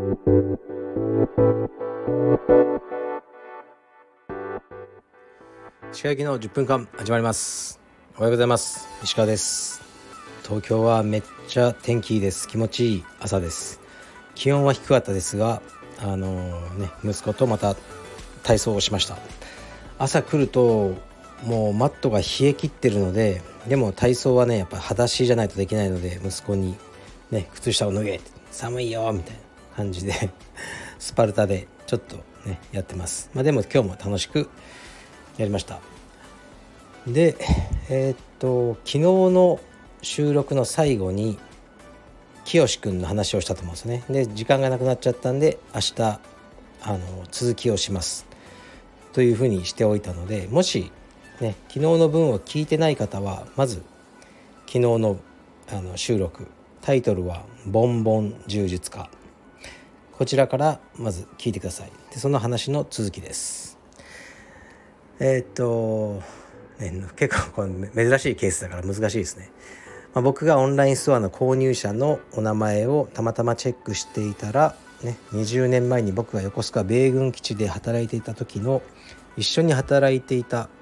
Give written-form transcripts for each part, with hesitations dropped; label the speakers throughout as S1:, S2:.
S1: 石垣の10分間始まります。おはようございます。石川です。東京はめっちゃ天気いいです。気持ちいい朝です。気温は低かったですが、息子とまた体操をしました。朝来るともうマットが冷え切ってるので、でも体操はねやっぱ裸足じゃないとできないので、息子にね靴下を脱げって寒いよみたいな感じでスパルタでちょっとねやってます。でも今日も楽しくやりました。で昨日の収録の最後に清くんの話をしたと思うんですね。で時間がなくなっちゃったんで、明日続きをしますというふうにしておいたので、もしね昨日の分を聞いてない方は、まず昨日の収録、タイトルはボンボン柔術家、こちらからまず聞いてください。でその話の続きです。結構これ珍しいケースだから難しいですね。僕がオンラインストアの購入者のお名前をたまたまチェックしていたら、20年前に僕が横須賀米軍基地で働いていた時の一緒に働いていた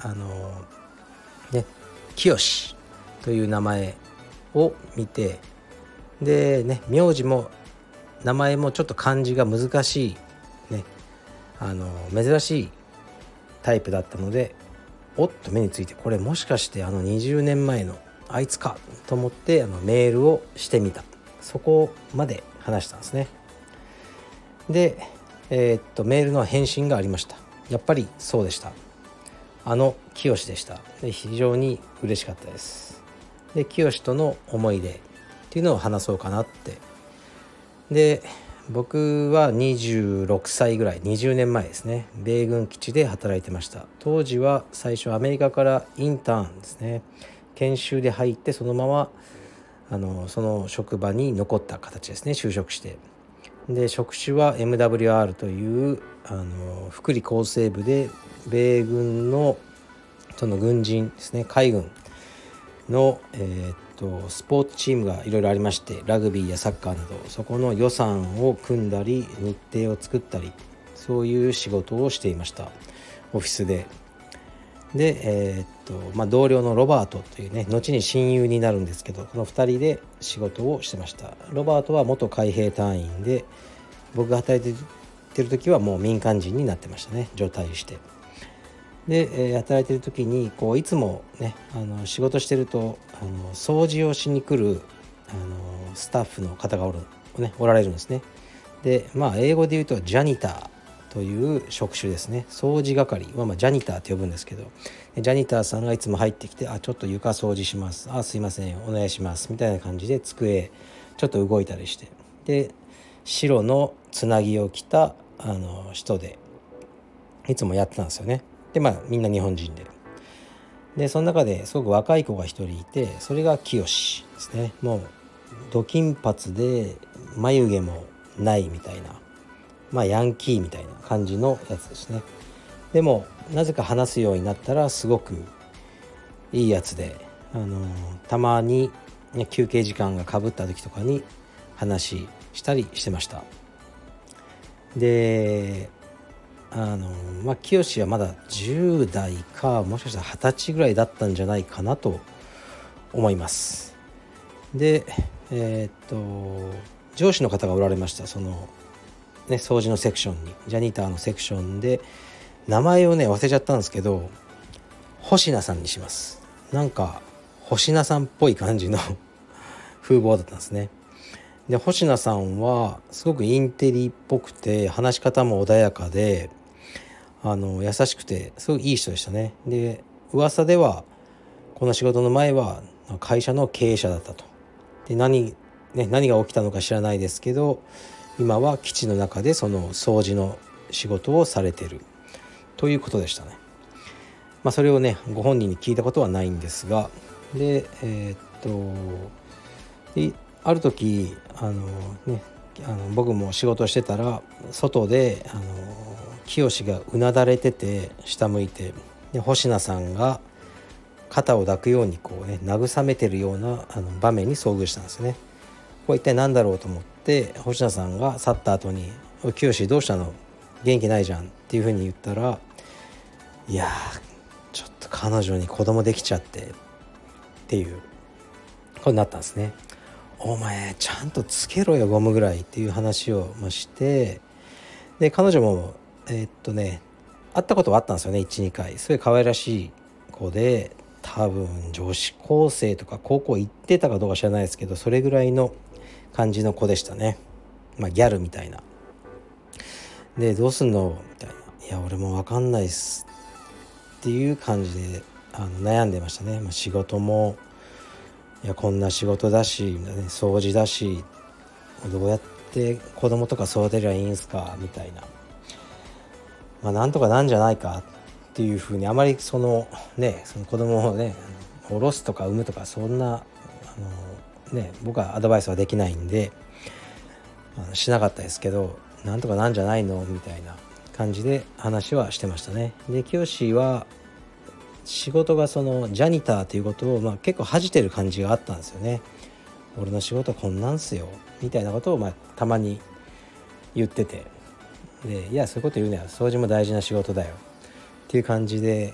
S1: 清という名前を見て、でね名字も名前もちょっと漢字が難しい珍しいタイプだったので、おっと目について、これもしかして20年前のあいつかと思ってメールをしてみた。そこまで話したんですね。で、メールの返信がありました。やっぱりそうでした。清でした。で非常に嬉しかったです。で清との思い出っていうのを話そうかなって。で僕は26歳ぐらい、20年前ですね、米軍基地で働いてました。当時は最初アメリカからインターンですね、研修で入って、そのままその職場に残った形ですね。就職して、で職種は MWR という福利厚生部で、米軍のその軍人ですね、海軍のスポーツチームがいろいろありまして、ラグビーやサッカーなど、そこの予算を組んだり日程を作ったり、そういう仕事をしていました。オフィスで。で、同僚のロバートというね、後に親友になるんですけど、この2人で仕事をしてました。ロバートは元海兵隊員で、僕が働いてる時はもう民間人になってましたね、除隊して。で、働いてる時にいつもね仕事してると掃除をしに来るスタッフの方がおられるんですね。で英語で言うとジャニターという職種ですね。掃除係はジャニターって呼ぶんですけど、ジャニターさんがいつも入ってきて、ちょっと床掃除します、すいませんお願いしますみたいな感じで机ちょっと動いたりして、で白のつなぎを着た人でいつもやってたんですよね。でみんな日本人で、その中ですごく若い子が一人いて、それが清ですね。もうド金髪で眉毛もないみたいな、ヤンキーみたいな感じのやつですね。でもなぜか話すようになったらすごくいいやつで、たまに、休憩時間がかぶった時とかに話したりしてました。で清はまだ10代か、もしかしたら20歳ぐらいだったんじゃないかなと思います。で上司の方がおられました。その掃除のセクションに、ジャニターのセクションで、名前を忘れちゃったんですけど、星名さんにします。なんか星名さんっぽい感じの風貌だったんですね。で星名さんはすごくインテリっぽくて、話し方も穏やかで優しくて、すごいいい人でしたね。で噂ではこの仕事の前は会社の経営者だったと。で何が起きたのか知らないですけど、今は基地の中でその掃除の仕事をされているということでしたね。それをご本人に聞いたことはないんですが、である時僕も仕事してたら、外で清がうなだれてて、下向いて、で星名さんが肩を抱くように慰めてるような場面に遭遇したんですね。これ一体何だろうと思っって星名さんが去った後に「おい清どうしたの、元気ないじゃん」っていう風に言ったら、いやちょっと彼女に子供できちゃってっていうことになったんですね。お前ちゃんとつけろよゴムぐらいっていう話をして、で彼女も会ったことはあったんですよね、 1,2 回。すごい可愛らしい子で、多分女子高生とか高校行ってたかどうか知らないですけど、それぐらいの感じの子でしたね。ギャルみたいな。でどうすんのみたいな、いや俺も分かんないっすっていう感じで悩んでましたね。仕事もいやこんな仕事だし、掃除だし、どうやって子供とか育てりゃいいんすかみたいな、なんとかなんじゃないかっていうふうに、あまりその子供をね下ろすとか産むとかそんな僕はアドバイスはできないんでしなかったですけど、なんとかなんじゃないのみたいな感じで話はしてましたね。で清は仕事がそのジャニターということを結構恥じてる感じがあったんですよね。俺の仕事こんなんすよみたいなことをたまに言ってて、でいやそういうこと言うなよ、掃除も大事な仕事だよっていう感じで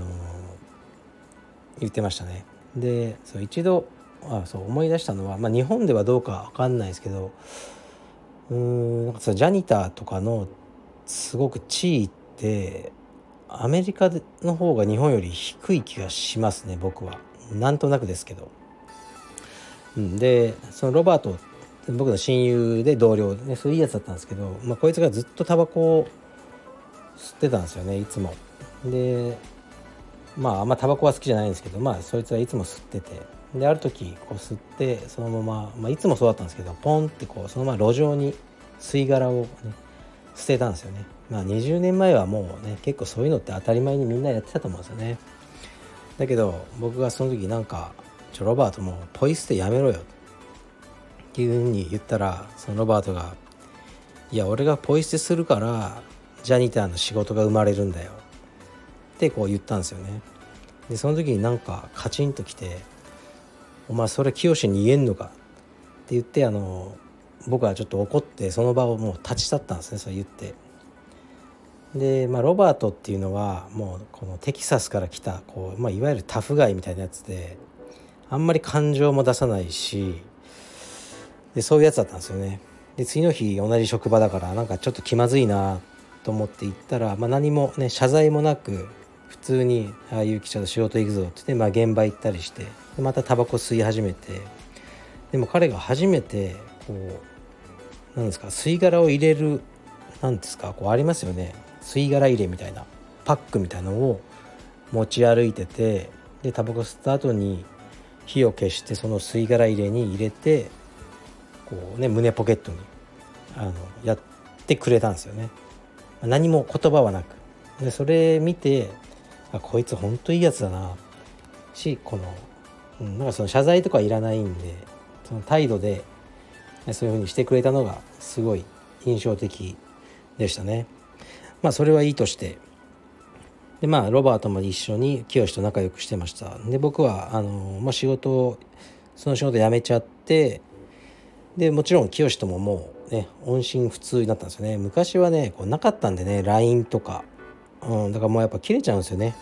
S1: 言ってましたね。で一度思い出したのは、日本ではどうか分かんないですけど、なんかジャニターとかのすごく地位ってアメリカの方が日本より低い気がしますね、僕は。なんとなくですけど。でそのロバート、僕の親友で同僚で、そういういいやつだったんですけど、こいつがずっとタバコを吸ってたんですよね、いつも。であんまタバコは好きじゃないんですけど、そいつはいつも吸ってて、である時吸ってそのまま、いつもそうだったんですけど、ポンってそのまま路上に吸い殻を捨てたんですよね。20年前はもうね結構そういうのって当たり前にみんなやってたと思うんですよね。だけど僕がその時ロバートもうポイ捨てやめろよっていう風に言ったら、そのロバートがいや俺がポイ捨てするからジャニターの仕事が生まれるんだよって言ったんですよね。でその時にカチンときて、お前それ清に言えんのかって言って、僕はちょっと怒ってその場をもう立ち去ったんですね、そう言って。でロバートっていうのはもうこのテキサスから来たいわゆるタフガイみたいなやつで、あんまり感情も出さないし、でそういうやつだったんですよね。で次の日同じ職場だからちょっと気まずいなと思って行ったら、何もね謝罪もなく普通に「ああいう記者と仕事行くぞ」って言って、現場行ったりして、でまたタバコ吸い始めて、でも彼が初めてなんですか、吸い殻を入れるなんですかありますよね、吸い殻入れみたいなパックみたいなのを持ち歩いてて、でタバコ吸った後に火を消してその吸い殻入れに入れて胸ポケットにやってくれたんですよね。何も言葉はなく。でそれ見て、こいつほんといいやつだなし、その謝罪とかいらないんで、その態度でそういう風にしてくれたのがすごい印象的でしたね。それはいいとして、でロバートも一緒に清と仲良くしてました。で僕はその仕事辞めちゃって、でもちろん清とももうね音信不通になったんですよね。昔はねなかったんでね LINE とか、だからもうやっぱ切れちゃうんですよね。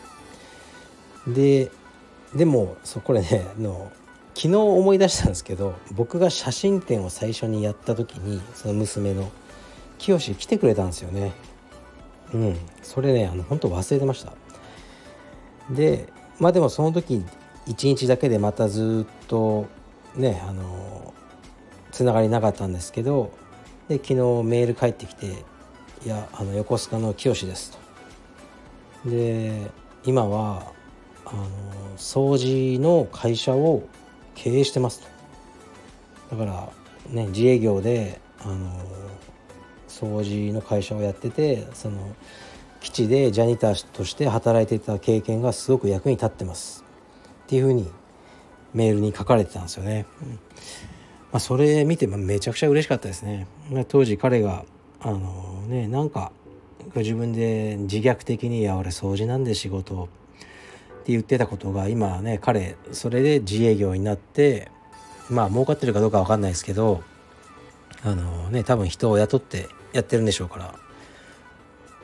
S1: でもこれね昨日思い出したんですけど、僕が写真展を最初にやった時にその娘の清来てくれたんですよね。それね本当忘れてました。ででもその時1日だけでまたずっとねつながりなかったんですけど、で昨日メール返ってきて、いや横須賀の清ですと。で今は掃除の会社を経営してますと。だからね自営業で掃除の会社をやってて、その基地でジャニターとして働いていた経験がすごく役に立ってますっていう風にメールに書かれてたんですよね。それ見てめちゃくちゃ嬉しかったですね。当時彼が自分で自虐的に「いや俺掃除なんで仕事」って言ってたことが、今ね彼それで自営業になって、儲かってるかどうか分かんないですけど、 多分人を雇ってやってるんでしょうから。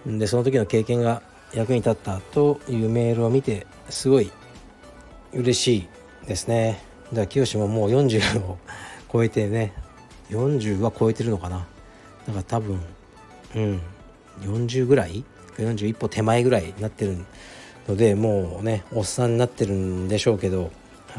S1: でその時の経験が役に立ったというメールを見てすごい嬉しいですね。だから清ももう40を超えてね、40は超えてるのかな。だから多分40ぐらい、41歩手前ぐらいになってるので、もうねおっさんになってるんでしょうけど、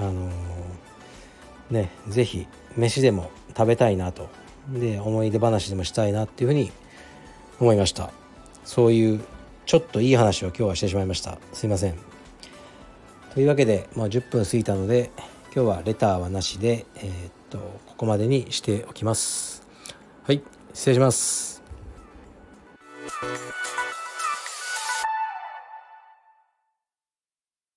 S1: ぜひ飯でも食べたいなと、で思い出話でもしたいなっていうふうに思いました。そういうちょっといい話を今日はしてしまいました。すいません。というわけで、10分過ぎたので今日はレターはなしで、ここまでにしておきます。はい、失礼します。